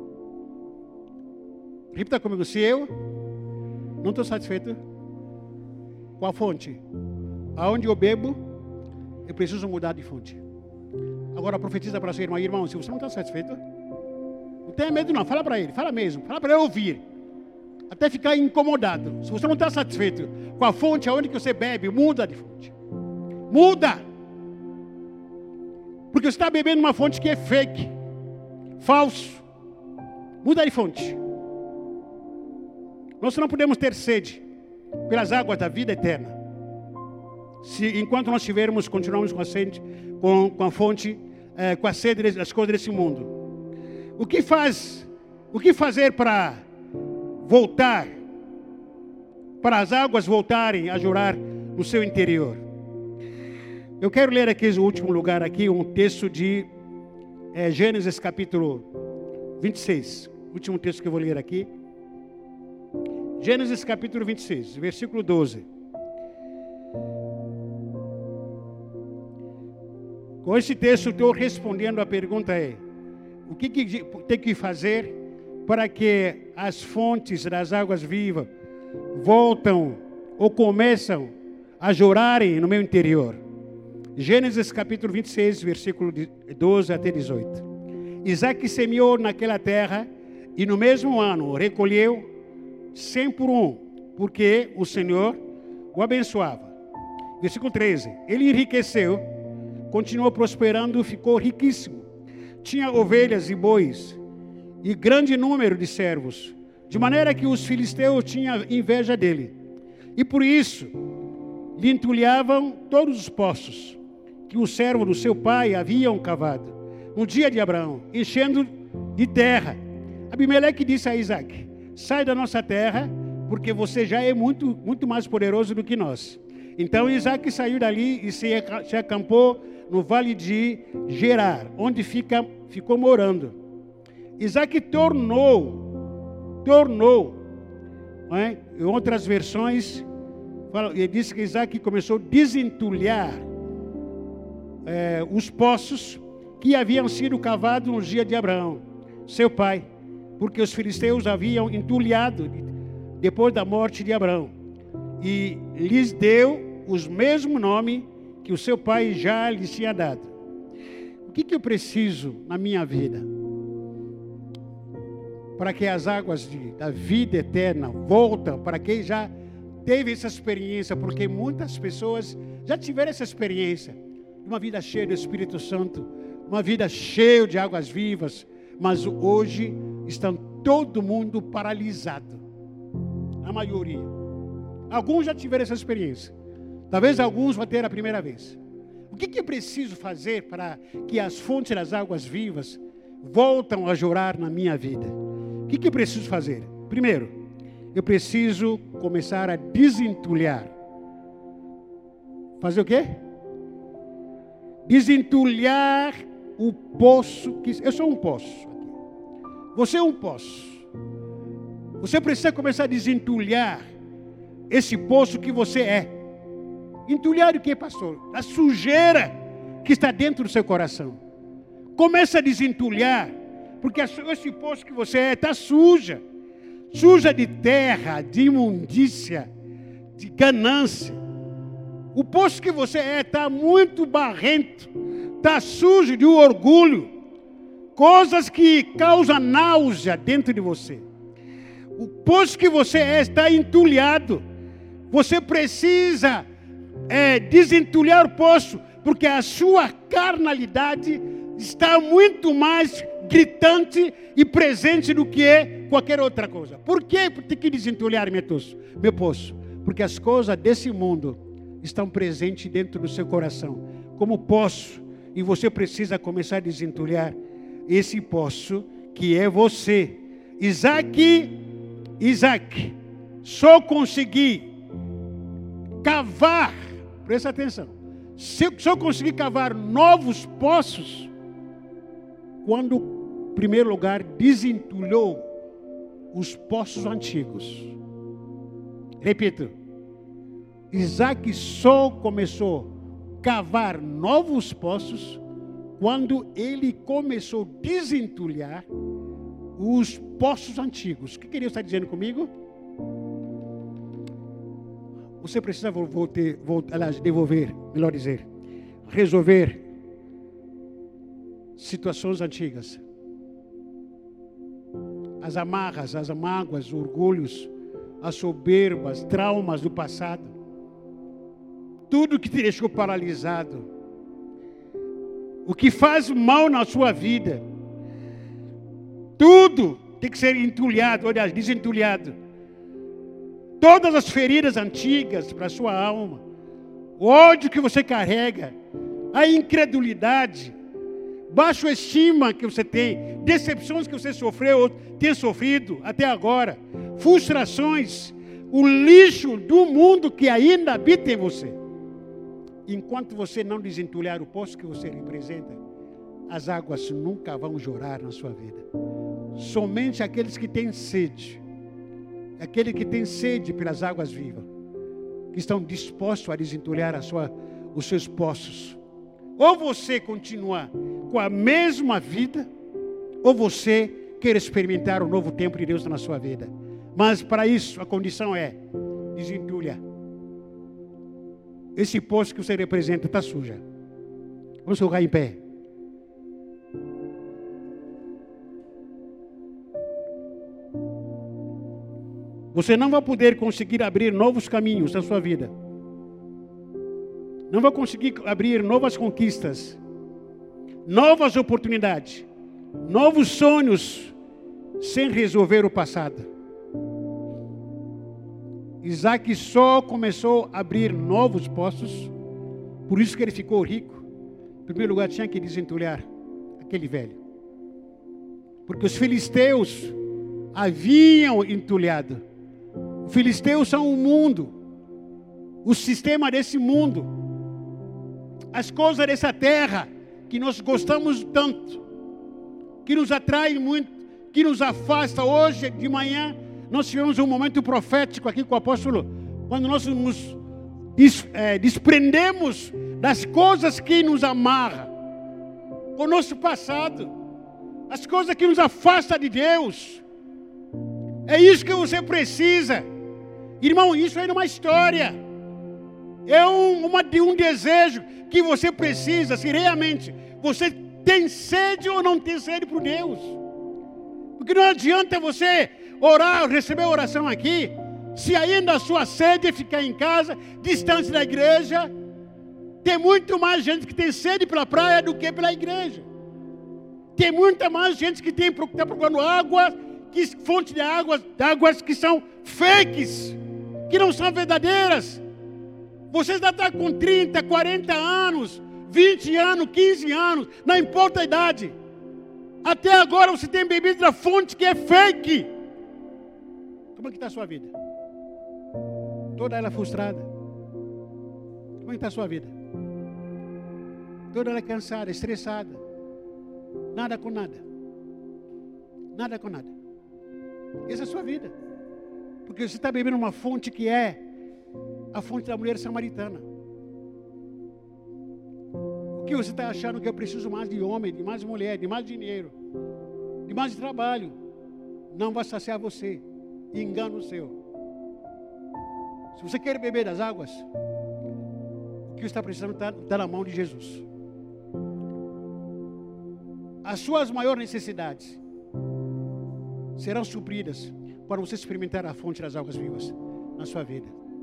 Speaker 1: Repita comigo, se eu não estou satisfeito com a fonte aonde eu bebo, eu preciso mudar de fonte. Agora profetiza para seu irmão, se você não está satisfeito, não tenha medo não, fala para ele, fala mesmo, fala para ele ouvir, até ficar incomodado. Se você não está satisfeito com a fonte aonde que você bebe, muda de fonte. Muda. Porque você está bebendo uma fonte que é fake, falso. Muda de fonte. Nós não podemos ter sede pelas águas da vida eterna, enquanto nós continuamos com a sede, com a fonte, com a sede das coisas desse mundo. O que fazer para voltar, para as águas voltarem a jorrar no seu interior? Eu quero ler aqui no último lugar aqui um texto de Gênesis capítulo 26. Último texto que eu vou ler aqui. Gênesis capítulo 26, versículo 12. Com esse texto estou respondendo a pergunta o que tem que fazer para que as fontes das águas vivas voltam ou começam a jorrarem no meu interior. Gênesis capítulo 26, versículo 12 até 18. Isaac semeou naquela terra e no mesmo ano recolheu 100 por um, porque o Senhor o abençoava. Versículo 13. Ele enriqueceu, continuou prosperando, ficou riquíssimo. Tinha ovelhas e bois e grande número de servos, de maneira que os filisteus tinham inveja dele. E por isso lhe entulhavam todos os poços que os servos do seu pai haviam cavado no dia de Abraão, enchendo de terra. Abimeleque disse a Isaac: sai da nossa terra, porque você já é muito, muito mais poderoso do que nós. Então Isaac saiu dali e se acampou no vale de Gerar, onde ficou morando. Isaac tornou, em outras versões, ele disse que Isaac começou a desentulhar os poços que haviam sido cavados no dia de Abraão, seu pai, porque os filisteus haviam entulhado depois da morte de Abraão, e lhes deu os mesmos nomes que o seu pai já lhes tinha dado. O que eu preciso na minha vida para que as águas da vida eterna voltem, para quem já teve essa experiência, porque muitas pessoas já tiveram essa experiência, uma vida cheia do Espírito Santo, uma vida cheia de águas vivas, mas hoje estão todo mundo paralisado, a maioria. Alguns já tiveram essa experiência, talvez alguns vão ter a primeira vez. O que eu preciso fazer para que as fontes das águas vivas voltem a jorrar na minha vida? O que eu preciso fazer? Primeiro, eu preciso começar a desentulhar. Fazer o quê? Desentulhar o poço que... Eu sou um poço. Você é um poço. Você precisa começar a desentulhar esse poço que você é. Entulhar o que, pastor? A sujeira que está dentro do seu coração. Começa a desentulhar, porque esse poço que você está suja. Suja de terra, de imundícia, de ganância. O poço que você está muito barrento, está sujo de orgulho. Coisas que causam náusea dentro de você. O poço que você está entulhado. Você precisa desentulhar o poço, porque a sua carnalidade está muito mais gritante e presente do que qualquer outra coisa. Por que tem que desentulhar meu poço? Porque as coisas desse mundo estão presentes dentro do seu coração, como poço, e você precisa começar a desentulhar esse poço que é você. Isaac, só consegui cavar, presta atenção, só consegui cavar novos poços quando, em primeiro lugar, desentulhou os poços antigos. Repito, Isaac só começou a cavar novos poços quando ele começou a desentulhar os poços antigos. O que Deus está dizendo comigo? Você precisa resolver situações antigas. As amarras, as mágoas, os orgulhos, as soberbas, traumas do passado. Tudo que te deixou paralisado. O que faz mal na sua vida. Tudo tem que ser entulhado, aliás, desentulhado. Todas as feridas antigas para a sua alma. O ódio que você carrega. A incredulidade. Baixa estima que você tem. Decepções que você sofreu ou tem sofrido até agora. Frustrações. O lixo do mundo que ainda habita em você. Enquanto você não desentulhar o poço que você representa, as águas nunca vão jorrar na sua vida. Somente aqueles que têm sede, aquele que tem sede pelas águas vivas, que estão dispostos a desentulhar os seus poços. Ou você continua com a mesma vida, ou você quer experimentar o novo tempo de Deus na sua vida. Mas para isso a condição é desentulha. Esse poço que você representa está suja. Vamos colocar em pé. Você não vai poder conseguir abrir novos caminhos na sua vida. Não vai conseguir abrir novas conquistas, novas oportunidades, novos sonhos, sem resolver o passado. Isaac só começou a abrir novos poços, por isso que ele ficou rico. Em primeiro lugar, tinha que desentulhar aquele velho. Porque os filisteus haviam entulhado. Os filisteus são o mundo, o sistema desse mundo, as coisas dessa terra que nós gostamos tanto, que nos atrai muito, que nos afasta. Hoje de manhã nós tivemos um momento profético aqui com o apóstolo, quando nós nos desprendemos das coisas que nos amarram, o nosso passado, as coisas que nos afastam de Deus. É isso que você precisa. Irmão, isso aí não é uma história. É um desejo que você precisa, se realmente você tem sede ou não tem sede por Deus. Porque não adianta você orar, receber oração aqui, se ainda a sua sede é ficar em casa, distante da igreja. Tem muito mais gente que tem sede pela praia do que pela igreja. Tem muita mais gente que está procurando água, fonte de águas que são fakes, que não são verdadeiras. Você já está com 30, 40 anos, 20 anos, 15 anos, não importa a idade. Até agora você tem bebido da fonte que é fake. Como é que está a sua vida? Toda ela frustrada. Como é que está a sua vida? Toda ela cansada, estressada. Nada com nada. Nada com nada. Essa é a sua vida. Porque você está bebendo uma fonte que é a fonte da mulher samaritana. Porque você está achando que eu preciso mais de homem, de mais mulher, de mais dinheiro, de mais trabalho. Não vai saciar você. Engano seu. Se você quer beber das águas, o que você está precisando está na mão de Jesus. As suas maiores necessidades serão supridas para você experimentar a fonte das águas vivas na sua vida.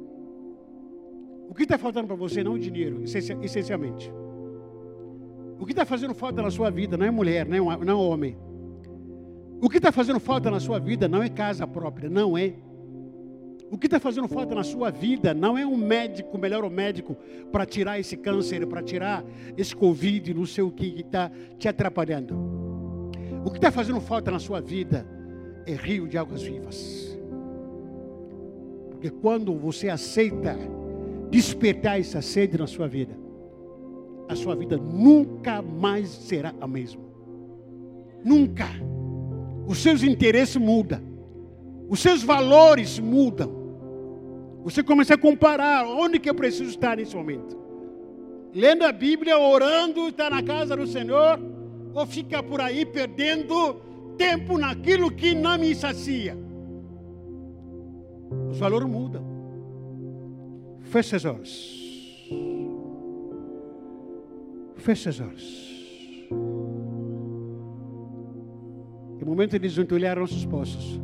Speaker 1: O que está faltando para você não é dinheiro, essencialmente. O que está fazendo falta na sua vida não é mulher, não é homem. O que está fazendo falta na sua vida não é casa própria, não é. O que está fazendo falta na sua vida não é um médico, melhor médico, para tirar esse câncer, para tirar esse Covid, não sei o que está te atrapalhando. O que está fazendo falta na sua vida é rio de águas vivas. Porque quando você aceita despertar essa sede na sua vida, a sua vida nunca mais será a mesma. Nunca. Os seus interesses mudam. Os seus valores mudam. Você começa a comparar onde que eu preciso estar nesse momento. Lendo a Bíblia, orando, estar na casa do Senhor, ou ficar por aí perdendo tempo naquilo que não me sacia. Os valores mudam. Feche os olhos. Feche os olhos. É o momento de desentulhar nossos poços.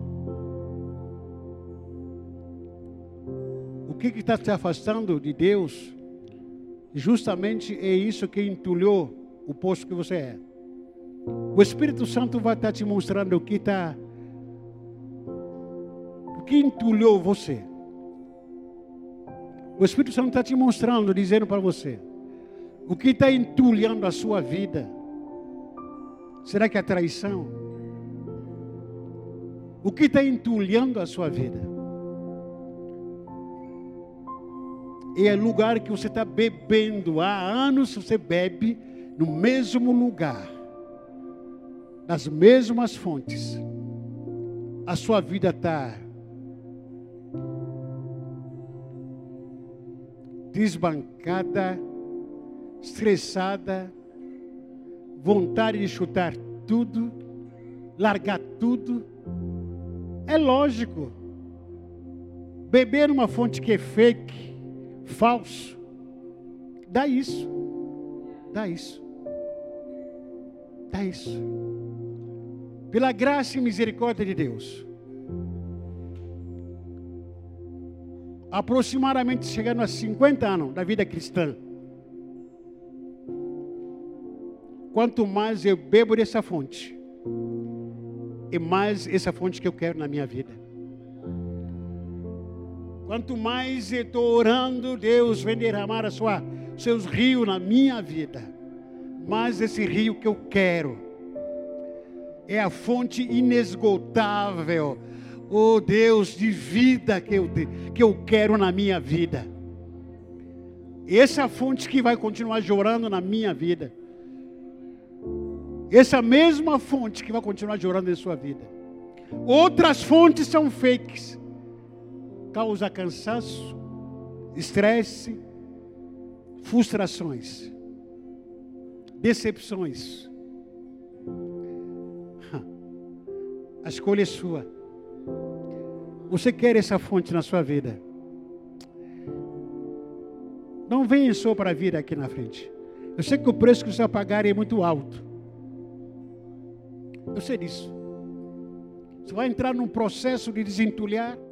Speaker 1: O que está te afastando de Deus? Justamente é isso que entulhou o poço que você é. O Espírito Santo vai estar te mostrando o que entulhou você. O Espírito Santo está te mostrando, dizendo para você, o que está entulhando a sua vida. Será que é a traição? O que está entulhando a sua vida? É o lugar que você está bebendo. Há anos você bebe no mesmo lugar, nas mesmas fontes. A sua vida está desbancada, estressada, vontade de chutar tudo, largar tudo. É lógico. Beber numa fonte que é fake, falso, dá isso. Dá isso. Dá isso. Pela graça e misericórdia de Deus, aproximadamente chegando a 50 anos da vida cristã, quanto mais eu bebo dessa fonte, é mais essa fonte que eu quero na minha vida. Quanto mais eu estou orando, Deus vem derramar seus rios na minha vida. Mais esse rio que eu quero. É a fonte inesgotável, oh Deus, de vida que eu quero na minha vida. Essa fonte que vai continuar jorrando na minha vida. Essa mesma fonte que vai continuar jorrando em sua vida. Outras fontes são fakes. Causa cansaço, estresse, frustrações, decepções. A escolha é sua. Você quer essa fonte na sua vida? Não venha só para vir aqui na frente. Eu sei que o preço que você vai pagar é muito alto. Eu sei disso. Você vai entrar num processo de desentulhar.